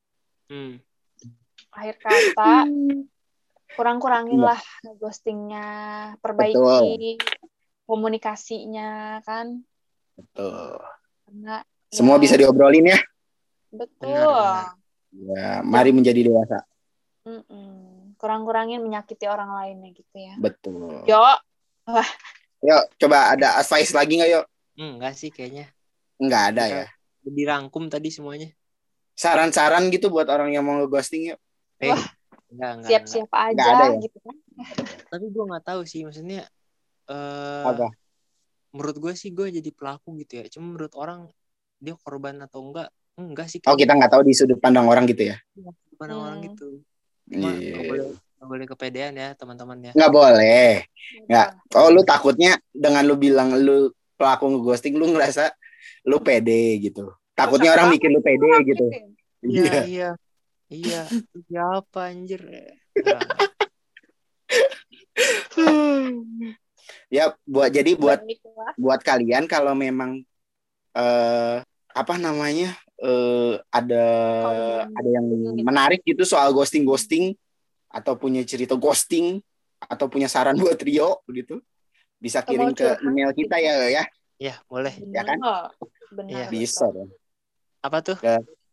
Akhir kata, kurang-kuranginlah ghostingnya, perbaiki komunikasinya kan. Betul. Karena semua bisa diobrolin ya. Betul. Ya, mari menjadi dewasa. Kurang-kurangin menyakiti orang lainnya gitu ya. Betul. Yuk, coba ada advice lagi nggak yuk? Enggak sih kayaknya. Enggak ada ya. Dirangkum tadi semuanya. Saran-saran gitu buat orang yang mau nge-ghosting yuk. Enggak. Siap-siap aja ada ya? gitu kan. Tapi gue nggak tahu sih maksudnya. Apa? Menurut gue sih gue jadi pelaku gitu ya. Cuma menurut orang dia korban atau enggak sih. Oh kita nggak tahu di sudut pandang orang gitu ya? Sudut pandang orang gitu. Cuma nggak boleh kepedean ya teman-teman ya. Nggak boleh. Nggak. Oh lu takutnya dengan lu bilang lu pelaku nge-ghosting lu ngerasa lu pede gitu. Takutnya orang mikir lu pede gitu. Iya. Siapa anjir? Ya buat kalian kalau memang ada yang menarik gitu soal ghosting atau punya cerita ghosting atau punya saran buat Rio gitu, bisa kirim ke email kita ya. Ya boleh. Ya kan? Benar. Bisa dong. Apa tuh?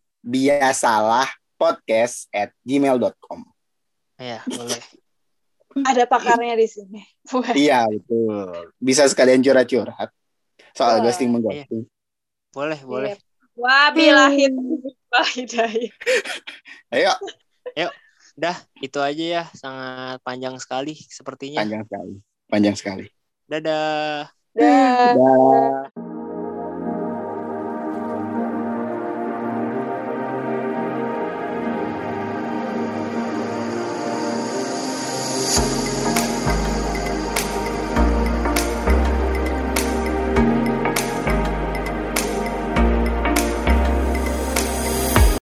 biasalahpodcast@gmail.com. Ya boleh. Ada pakarnya di sini. Iya betul. Bisa sekalian curhat soal ghosting mengghosting. Boleh. Wabillahi hidayah. Ayo. Dah, itu aja ya. Sangat panjang sekali sepertinya. Panjang sekali. Dadah. Dadah.